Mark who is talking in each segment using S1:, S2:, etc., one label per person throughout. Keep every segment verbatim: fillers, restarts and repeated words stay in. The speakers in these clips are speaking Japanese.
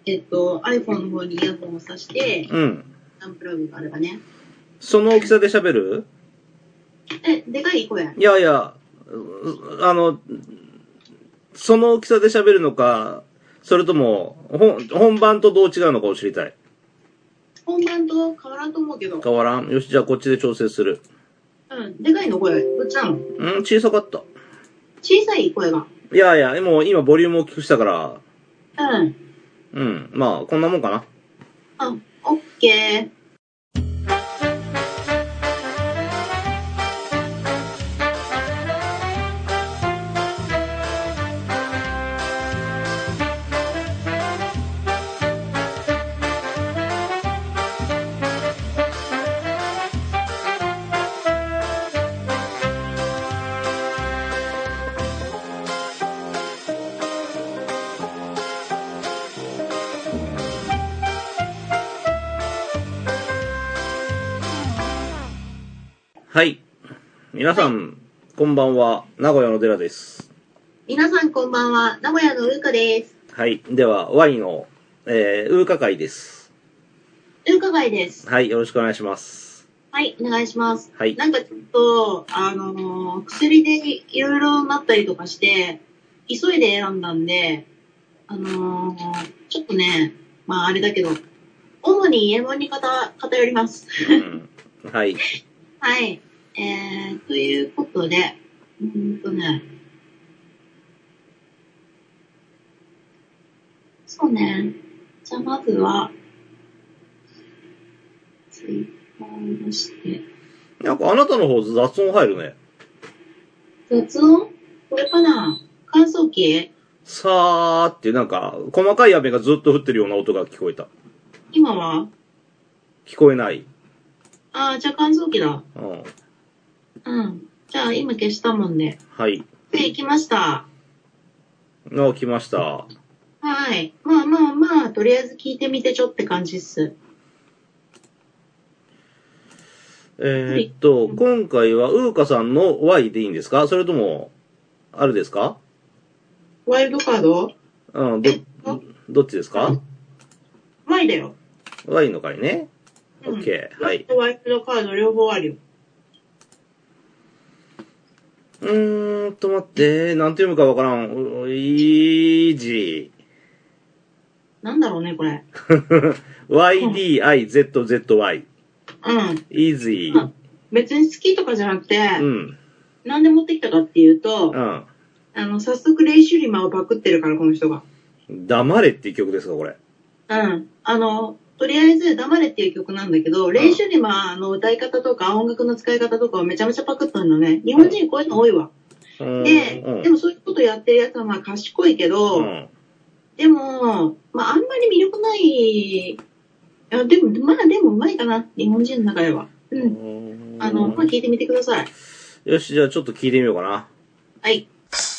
S1: えっと、iPhone の方にイヤホンを挿して、
S2: うん。
S1: アンプラグがあればね。
S2: その大きさで喋る？
S1: え、でかい声？
S2: いやいや、うあの、その大きさで喋るのか、それとも、本本番とどう違うのかを知りたい。
S1: 本番と変わらんと思うけど。
S2: 変わらん？よし、じゃあこっちで調整する。
S1: うん。でかいの声？どっちなの？
S2: うん、小さかった。
S1: 小さい声が。
S2: いやいや、もう今ボリュームを大きくしたから、
S1: うん。
S2: うん、まあ、こんなもんかな。
S1: あ、オッケー。
S2: はい。皆さん、はい、こんばんは。名古屋の寺です。
S1: 皆さんこんばんは。名古屋のうーかです。
S2: はい。では、Y の、えー、うーか会です。
S1: うーか会です。
S2: はい。よろしくお願いします。
S1: はい。お願いします。
S2: はい。
S1: なんかちょっと、あのー、薬でいろいろなったりとかして、急いで選んだんで、あのー、ちょっとね、まああれだけど、主に家門に偏ります。
S2: うん。はい。
S1: はい。えー、ということで、うーんとね、そうね。じゃあまずは、ツイッターを出して。
S2: なんかあなたの方雑音入るね。
S1: 雑音？これかな？乾燥機？
S2: さーってなんか、細かい雨がずっと降ってるような音が聞こえた。
S1: 今は？
S2: 聞こえない。
S1: ああ、じゃあ乾燥機だ。
S2: うん。
S1: うん。じゃあ今消したもんで。
S2: はい。
S1: で、行きました。
S2: あ、来ました。
S1: はい。まあまあまあ、とりあえず聞いてみてちょって感じっす。
S2: えー、っと、今回はウーカさんの Y でいいんですか？それとも、あるですか？
S1: ワイルドカード？
S2: うん、ど、どっちですか？
S1: Y だよ。
S2: Y の回ね。
S1: うん、
S2: OK。はい。
S1: ワイルドカード両方あるよ。
S2: うーんと、待って。なんて読むかわからん。イージー。
S1: なんだろうね、これ。
S2: ワイディーアイゼットゼットワイ。
S1: うん。
S2: イージー。
S1: 別に好きとかじゃなくて、
S2: うん。
S1: なんで持ってきたかっていうと、
S2: うん。
S1: あの、早速レイシュリマをパクってるから、この人が。
S2: 黙れっていう曲ですか、これ。
S1: うん。あの、とりあえず、黙れっていう曲なんだけど、レイシュリマの歌い方とか音楽の使い方とかをめちゃめちゃパクってるのね。日本人こういうの多いわ。
S2: うん、
S1: で、
S2: うん、
S1: でもそういうことやってるやつはまあ賢いけど、うん、でも、まああんまり魅力ない、あでも、まあでもうまいかな。日本人の中では。うん。あの、まあ聞いてみてください。
S2: よし、じゃあちょっと聞いてみようかな。
S1: はい。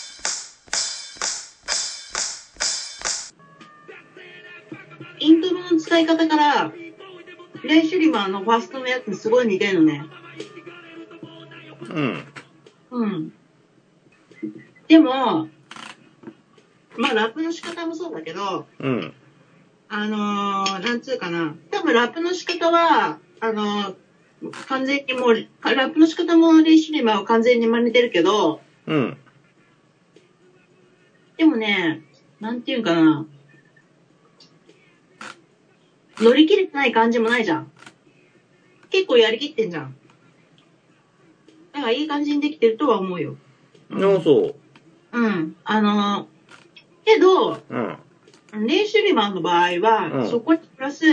S1: イントロの使い方から、レイ・シュリマーのファーストのやつにすごい似てるのね。
S2: うん。
S1: うん。でも、まあラップの仕方もそうだけど、
S2: うん。
S1: あのー、なんつうかな。多分ラップの仕方は、あのー、完全にもう、ラップの仕方もレイ・シュリマーを完全に真似てるけど、
S2: うん。
S1: でもね、なんていうかな。乗り切れてない感じもないじゃん。結構やりきってんじゃん。だからいい感じにできてるとは思うよ。
S2: うん、そう。
S1: うん。あのー、けど、
S2: うん。
S1: レイ・シュリマンの場合は、うん、そこにプラス、うん、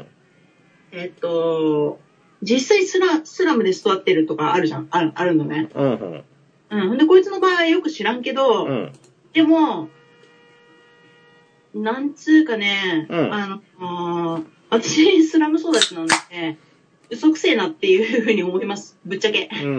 S1: えっと、実際スラスラムで育ってるとかあるじゃん。ある、あるのね。うん、うん。で、こいつの場合はよく知らんけど、うん、でも、なんつうかね、うん、あの、私、スラム育ちなんで、嘘くせえなっていうふうに思います。ぶっちゃけ。うん。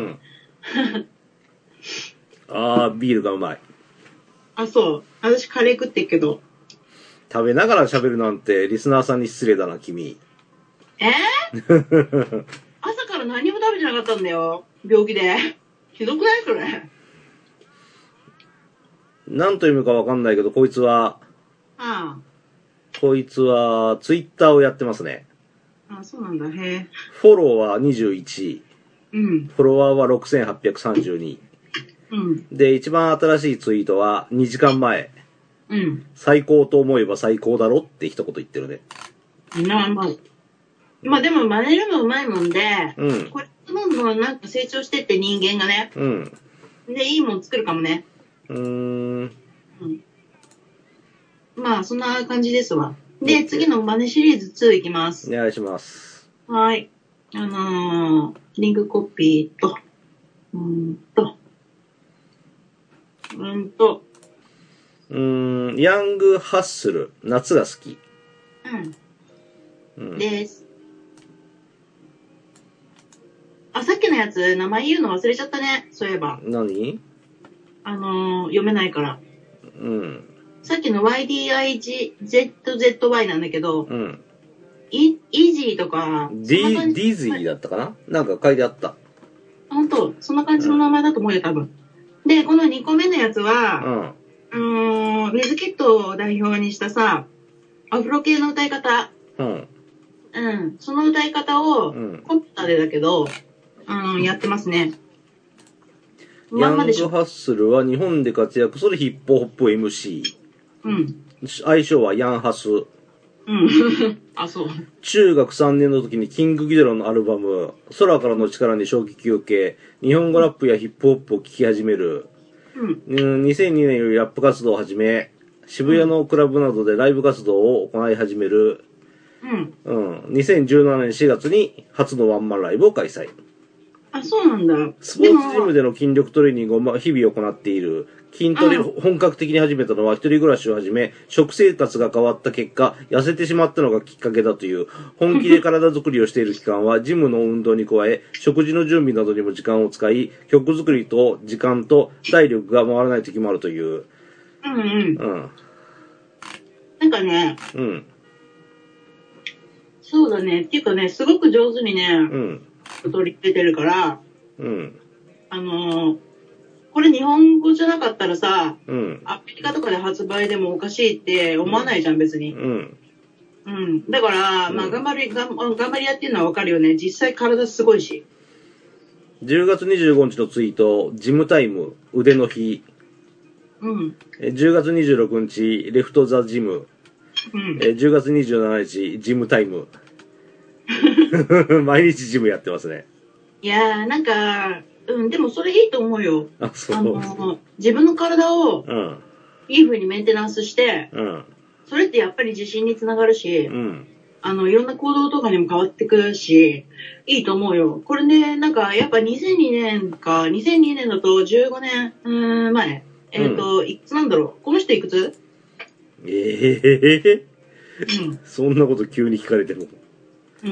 S2: あー、ビールがうまい。
S1: あ、そう。私、カレー食ってっけど。
S2: 食べながら喋るなんて、リスナーさんに失礼だな、君。
S1: えー、朝から何も食べてなかったんだよ。病気で。ひどくないそれ。
S2: 何と読むかわかんないけど、こいつは、
S1: ああ。
S2: こいつは、ツイッターをやってますね。
S1: あ、そうなんだ。へえ。
S2: フォローはにじゅういち。
S1: うん。
S2: フォロワーはろくせんはっぴゃくさんじゅうに。
S1: うん。
S2: で、一番新しいツイートはにじかんまえ。
S1: うん。
S2: 最高と思えば最高だろって一言言ってるね。
S1: まあまあ。まあでも真似るのうまいもんで、
S2: うん。
S1: これどんどんなんか成長してって人間がね。
S2: うん。
S1: で、いいもん作るかもね。
S2: うーん。うん。
S1: まあ、そんな感じですわ。で、次の真似シリーズツーいきます。
S2: お願いします。
S1: はい。あのー、リンクコピーと、うーんと、うーんと、
S2: うーん、ヤングハッスル、夏が好き。
S1: うん。
S2: うん、
S1: です。あ、さっきのやつ、名前言うの忘れちゃったね。そういえば。
S2: 何？
S1: あのー、読めないから。
S2: うん。
S1: さっきの ワイディーアイジーゼットゼットワイ なんだけど、
S2: うん。
S1: イ、イージーとか、
S2: ディ、ディズニーだったかな？なんか書いてあった。
S1: 本当そんな感じの名前だと思うよ、多分。で、このにこめのやつは、うん、あのー、水キットを代表にしたさ、アフロ系の歌い方。うん。うん。その歌い方を、コンピューターでだけど、うん、やってますね。
S2: ヤングハッスルは日本で活躍するヒップホップ エムシー。うん。愛称はヤンハス。
S1: うん。あ、そう。
S2: 中学さんねんの時にキングギドラのアルバム、空からの力に衝撃を受け、日本語ラップやヒップホップを聴き始める。うん。にせんにねんよりラップ活動を始め、渋谷のクラブなどでライブ活動を行い始める。うん。うん。にせんじゅうななねんしがつに初のワンマンライブを開催。
S1: あ、そうなんだ。
S2: スポーツジムでの筋力トレーニングを日々行っている。筋トレを本格的に始めたのは一人暮らしを始め、食生活が変わった結果、痩せてしまったのがきっかけだという。本気で体作りをしている期間は、ジムの運動に加え、食事の準備などにも時間を使い、曲作りと時間と体力が回らない時もあるという。
S1: うんうん。うん。なんかね、うん。そうだね。っていうかね、すごく上手にね、うん。取り入れてるから、うん。あのー、これ日本語じゃなかったらさ、うん。アメリカとかで発売でもおかしいって思わないじゃん、別に。うん。うん。だから、うん、まあ、頑張り、頑張り屋っていうのはわかるよね。実際体すごいし。
S2: じゅうがつにじゅうごにちのツイート、ジムタイム、腕の日。うん。じゅうがつにじゅうろくにち、レフトザジム。うん。じゅうがつにじゅうしちにち、ジムタイム。毎日ジムやってますね。
S1: いやー、なんか、うん、でもそれいいと思うよ。あ、そう。あの、自分の体を、うん。いい風にメンテナンスして、うん。それってやっぱり自信につながるし、うん。あの、いろんな行動とかにも変わってくるし、いいと思うよ。これね、なんか、やっぱにせんにねんか、にせんにねんだとじゅうごねん、うーん、前。えっ、ー、と、うん、いくつなんだろう。この人いくつ？
S2: ええー。うん。そんなこと急に聞かれても。うん。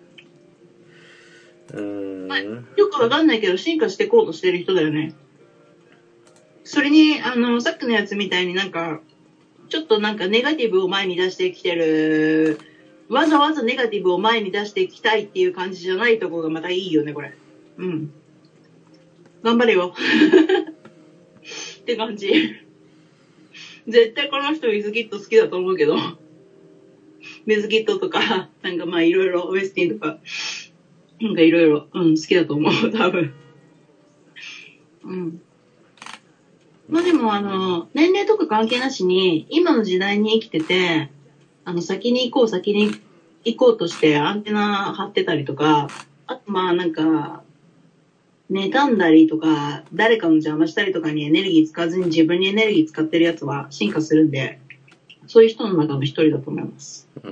S1: うーん、まあ、よくわかんないけど進化していこうとしてる人だよね。それに、あの、さっきのやつみたいになんか、ちょっとなんかネガティブを前に出してきてる、わざわざネガティブを前に出していきたいっていう感じじゃないところがまたいいよね、これ。うん。頑張れよ。って感じ。絶対この人水キット好きだと思うけど。水キットとか、なんかまあいろいろ、ウエスティンとか。なんかいろいろ、うん、好きだと思う、多分。うん。まあでも、あの、年齢とか関係なしに、今の時代に生きてて、あの、先に行こう、先に行こうとしてアンテナ張ってたりとか、あとまあなんか、妬んだりとか、誰かの邪魔したりとかにエネルギー使わずに自分にエネルギー使ってるやつは進化するんで、そういう人の中の一人だと思います。
S2: うん。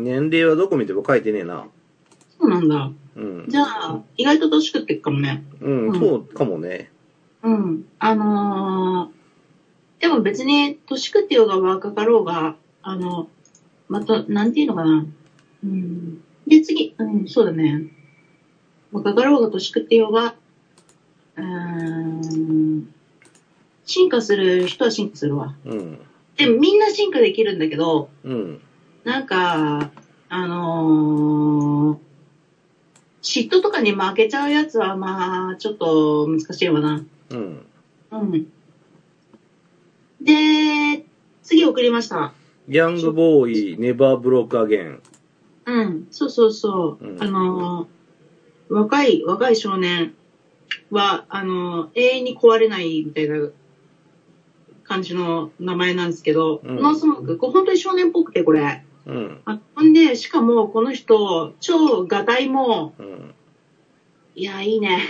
S2: 年齢はどこ見ても書いてねえな。
S1: そうなんだ。うん。じゃあ、意外と年食ってっかもね。
S2: うん、うん、そうかもね。
S1: うん。あのー、でも別に年食ってようが若かろうが、あの、また、なんていうのかな。うん。で、次、うん、そうだね。若かろうが年食ってようが、うーん、進化する人は進化するわ。うん。でもみんな進化できるんだけど、うん。なんか、あのー、嫉妬とかに負けちゃうやつは、まあ、ちょっと難しいわな。うん。うん。で、次送りました。
S2: ヤングボーイ、ネバーブロークアゲン。
S1: うん、そうそうそう。うん、あのー、若い、若い少年は、あのー、永遠に壊れないみたいな感じの名前なんですけど、うん、ノースモーク、本当に少年っぽくて、これ。うん。あほんで、しかも、この人、超ガタイも、うん、いや、いいね。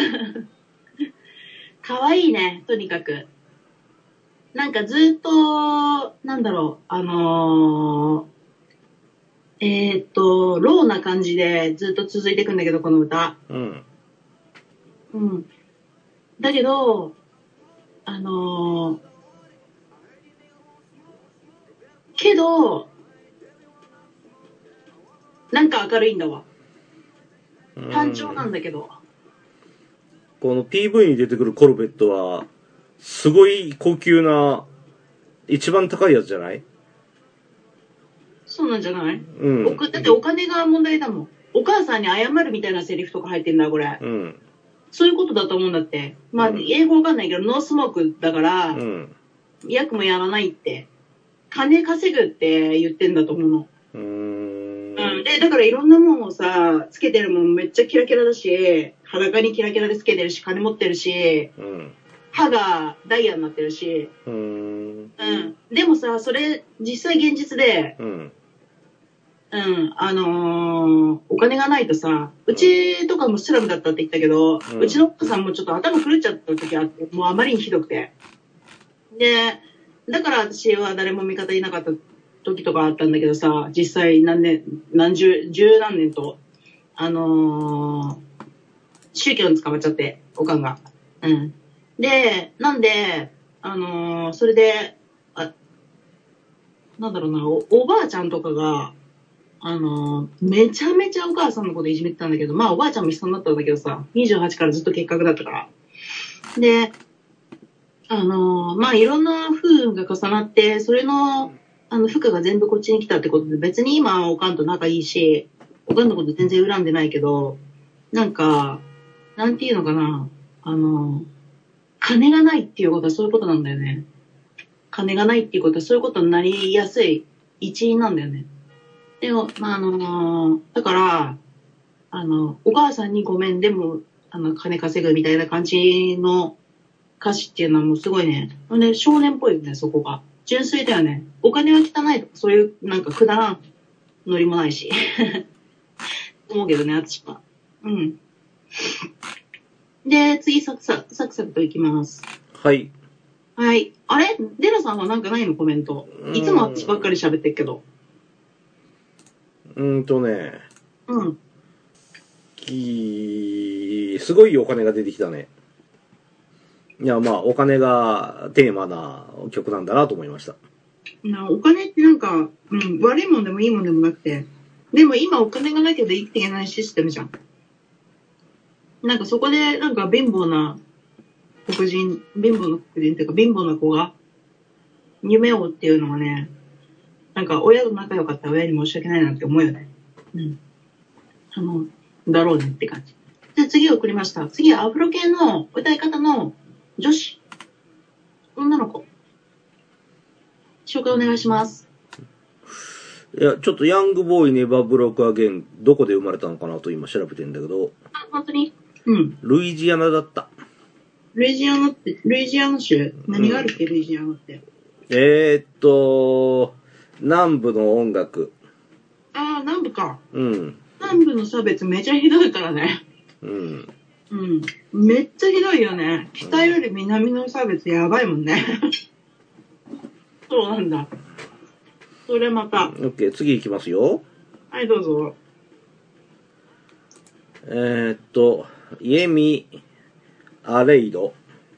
S1: かわいいね、とにかく。なんかずっと、なんだろう、あのー、えー、っと、ローな感じでずっと続いていくんだけど、この歌。うん。うん。だけど、あのー、けど、なんか明るいんだわ。単調なんだけど。
S2: この ピーブイ に出てくるコルベットは、すごい高級な、一番高いやつじゃない？
S1: そうなんじゃない？うん。だってお金が問題だもん。お母さんに謝るみたいなセリフとか入ってんだ、これ。うん。そういうことだと思うんだって。まあ、うん、英語わかんないけど、ノースモークだから、うん、役もやらないって。金稼ぐって言ってんだと思うの。うーん。うん。で、だからいろんなもんをさ、つけてるもんめっちゃキラキラだし、裸にキラキラでつけてるし、金持ってるし、うん、歯がダイヤになってるし。うーん。うん。でもさ、それ、実際現実で、うん。うん、あのー、お金がないとさ、うちとかもスラムだったって言ったけど、うん、うちのお母さんもちょっと頭狂っちゃった時あって、もうあまりにひどくて。で、だから私は誰も味方いなかった時とかあったんだけどさ、実際何年、何十、十何年と、あのー、宗教に捕まっちゃって、おかんが。うん。で、なんで、あのー、それで、あ、なんだろうな、お、おばあちゃんとかが、あの、めちゃめちゃお母さんのこといじめてたんだけど、まあおばあちゃんも一緒になったんだけどさ、にじゅうはちからずっと結核だったから。で、あの、まあいろんな不運が重なって、それの、あの、負荷が全部こっちに来たってことで、別に今おかんと仲いいし、おかんのこと全然恨んでないけど、なんか、なんていうのかな、あの、金がないっていうことはそういうことなんだよね。金がないっていうことはそういうことになりやすい一因なんだよね。でも、まあ、あの、だから、あの、お母さんにごめん、でも、あの、金稼ぐみたいな感じの歌詞っていうのはもうすごいね。ね、少年っぽいよね、そこが。純粋だよね。お金は汚いとか、そういう、なんかくだらんノリもないし。思うけどね、私は。うん。で、次、サクサク、サクサクといきます。
S2: はい。
S1: はい。あれデラさんはなんかないのコメント。いつも私ばっかり喋ってるけど。
S2: うーんとね。
S1: うん。
S2: きすごいお金が出てきたね。いや、まあ、お金がテーマな曲なんだなと思いました。
S1: なお金ってなんか、うん、悪いもんでもいいもんでもなくて。でも今お金がなきゃ生きていけないシステムじゃん。なんかそこで、なんか貧乏な黒人、貧乏な黒人っていうか貧乏な子が夢を追うっていうのはね、なんか親と仲良かった親に申し訳ないなって思うよね。うん。あの、だろうねって感じ。で、次を送りました。次はアフロ系の歌い方の女子。女の子。紹介お願いします。
S2: いや、ちょっとヤングボーイネバーブロークアゲン、どこで生まれたのかなと今調べてんだけど。
S1: あ、本当に？うん。
S2: ルイジアナだった。
S1: ルイジアナって、ルイジアナ州何があるっけ、うん、ルイジアナって。
S2: えー、っと、南部の音楽。
S1: ああ、南部か。うん。南部の差別めちゃひどいからね。うん。うん。めっちゃひどいよね。北より南の差別やばいもんね。そうなんだ。それまた。
S2: オッケー、次行きますよ。
S1: はい、どうぞ。
S2: えー、っと、イエミ・アレイド。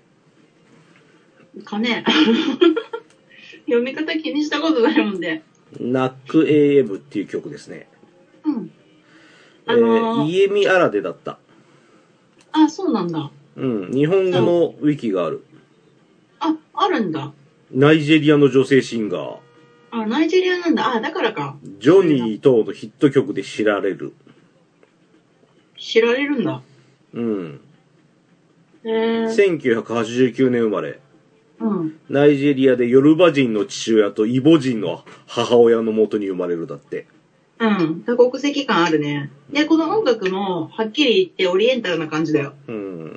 S1: かね。読み方気にしたことないもんで。
S2: ナック エーエム っていう曲ですね。うん。あのー、えー、イエミ・アラデだった。
S1: あ、そうなんだ。
S2: うん。日本語のウィキがある。
S1: あ、あるんだ。
S2: ナイジェリアの女性シンガー。
S1: あ、ナイジェリアなんだ。あ、だからか。
S2: ジョニー等のヒット曲で知られる。
S1: 知られるんだ。うん。
S2: へえ。せんきゅうひゃくはちじゅうきゅうねん生まれ。
S1: うん。
S2: ナイジェリアでヨルバ人の父親とイボ人の母親のもとに生まれるだって。
S1: うん。多国籍感あるね。で、この音楽も、はっきり言ってオリエンタルな感じだよ。
S2: うん。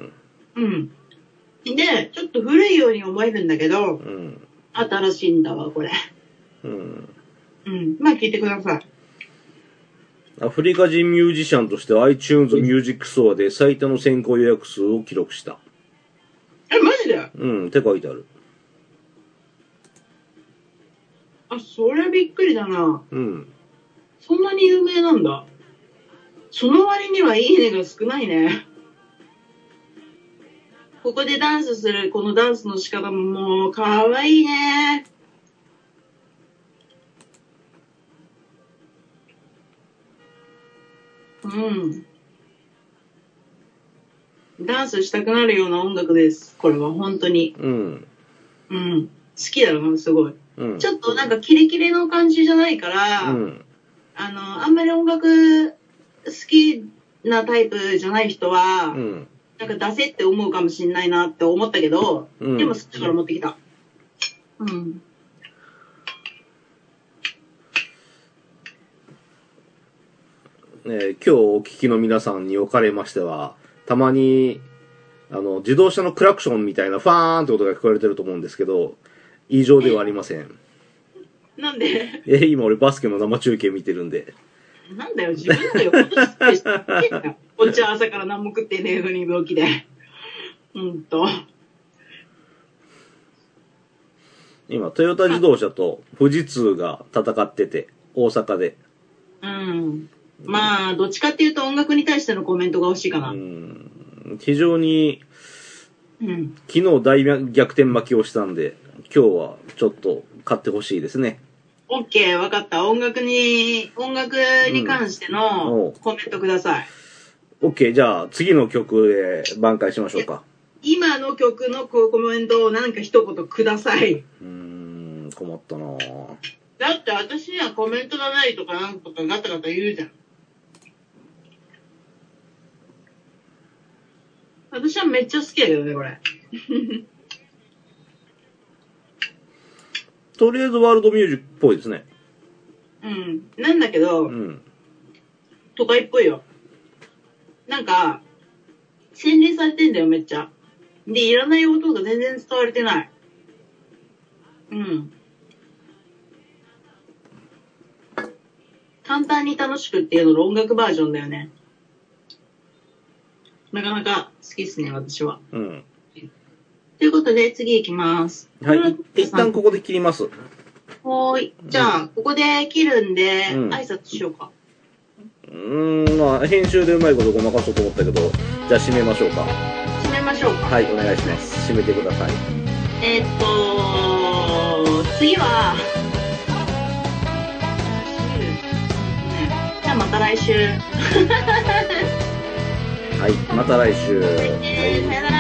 S1: うん。で、ちょっと古いように思えるんだけど、
S2: うん。
S1: 新しいんだわ、これ。
S2: うん。
S1: うん。まあ聞いてください。
S2: アフリカ人ミュージシャンとして iTunes Music Store で最多の先行予約数を記録した。
S1: え、マジで？
S2: うん、って書いてある。
S1: あ、そりゃびっくりだな。
S2: うん。
S1: そんなに有名なんだ。その割にはいいねが少ないね。ここでダンスするこのダンスの仕方ももうかわいいね。うん。ダンスしたくなるような音楽です。これは本当に。
S2: うん。
S1: うん。好きだな、すごい。
S2: うん、
S1: ちょっとなんかキレキレの感じじゃないから、うん、あの、あんまり音楽好きなタイプじゃない人は、うん、なんか出せって思うかもしんないなって思ったけど、うん、でも好きから持ってきた。うん。
S2: ね、今日お聞きの皆さんにおかれましては、たまに、あの、自動車のクラクションみたいなファーンって音が聞こえてると思うんですけど、異常ではありません。
S1: なんで？
S2: え、今俺バスケの生中継見てるんで。
S1: なんだよ、自分の横としてしてんこっちは朝から何も食ってねえのに病気で。ほんと。
S2: 今、トヨタ自動車と富士通が戦ってて、大阪で。
S1: うん。まあ、どっちかっていうと音楽に対してのコメントが欲しいかな。
S2: うん。非常に、
S1: うん、
S2: 昨日大逆転負けをしたんで、今日はちょっと買ってほしいですね。
S1: オッケー、わかった。音楽に、音楽に関してのコメントください。
S2: オッケー、じゃあ次の曲で挽回しましょうか。
S1: 今の曲のコメントを何か一言ください。
S2: うーん、困ったなぁ。
S1: だって私にはコメントがないとかなんとかガタガタ言うじゃん。私はめっちゃ好きだけどね、これ。
S2: とりあえずワールドミュージックっぽいですね。
S1: うん。なんだけど、うん、都会っぽいよ。なんか、洗練されてんだよ、めっちゃ。で、いらない音が全然伝われてない。うん。簡単に楽しくっていうのの音楽バージョンだよね。なかなか好きですね、私は。うん。ということで、次行きます。
S2: はい。一旦ここで切ります。
S1: はーい。じゃあ、ここで切るんで、うん、挨拶しようか。
S2: うーん、まあ、編集でうまいことごまかそうと思ったけど、じゃあ締めましょうか。
S1: 締めましょうか。
S2: はい、お願いします。締めてください。
S1: えー、っと、次は、じゃあまた来週。
S2: はい、また来週。
S1: はい、さよなら。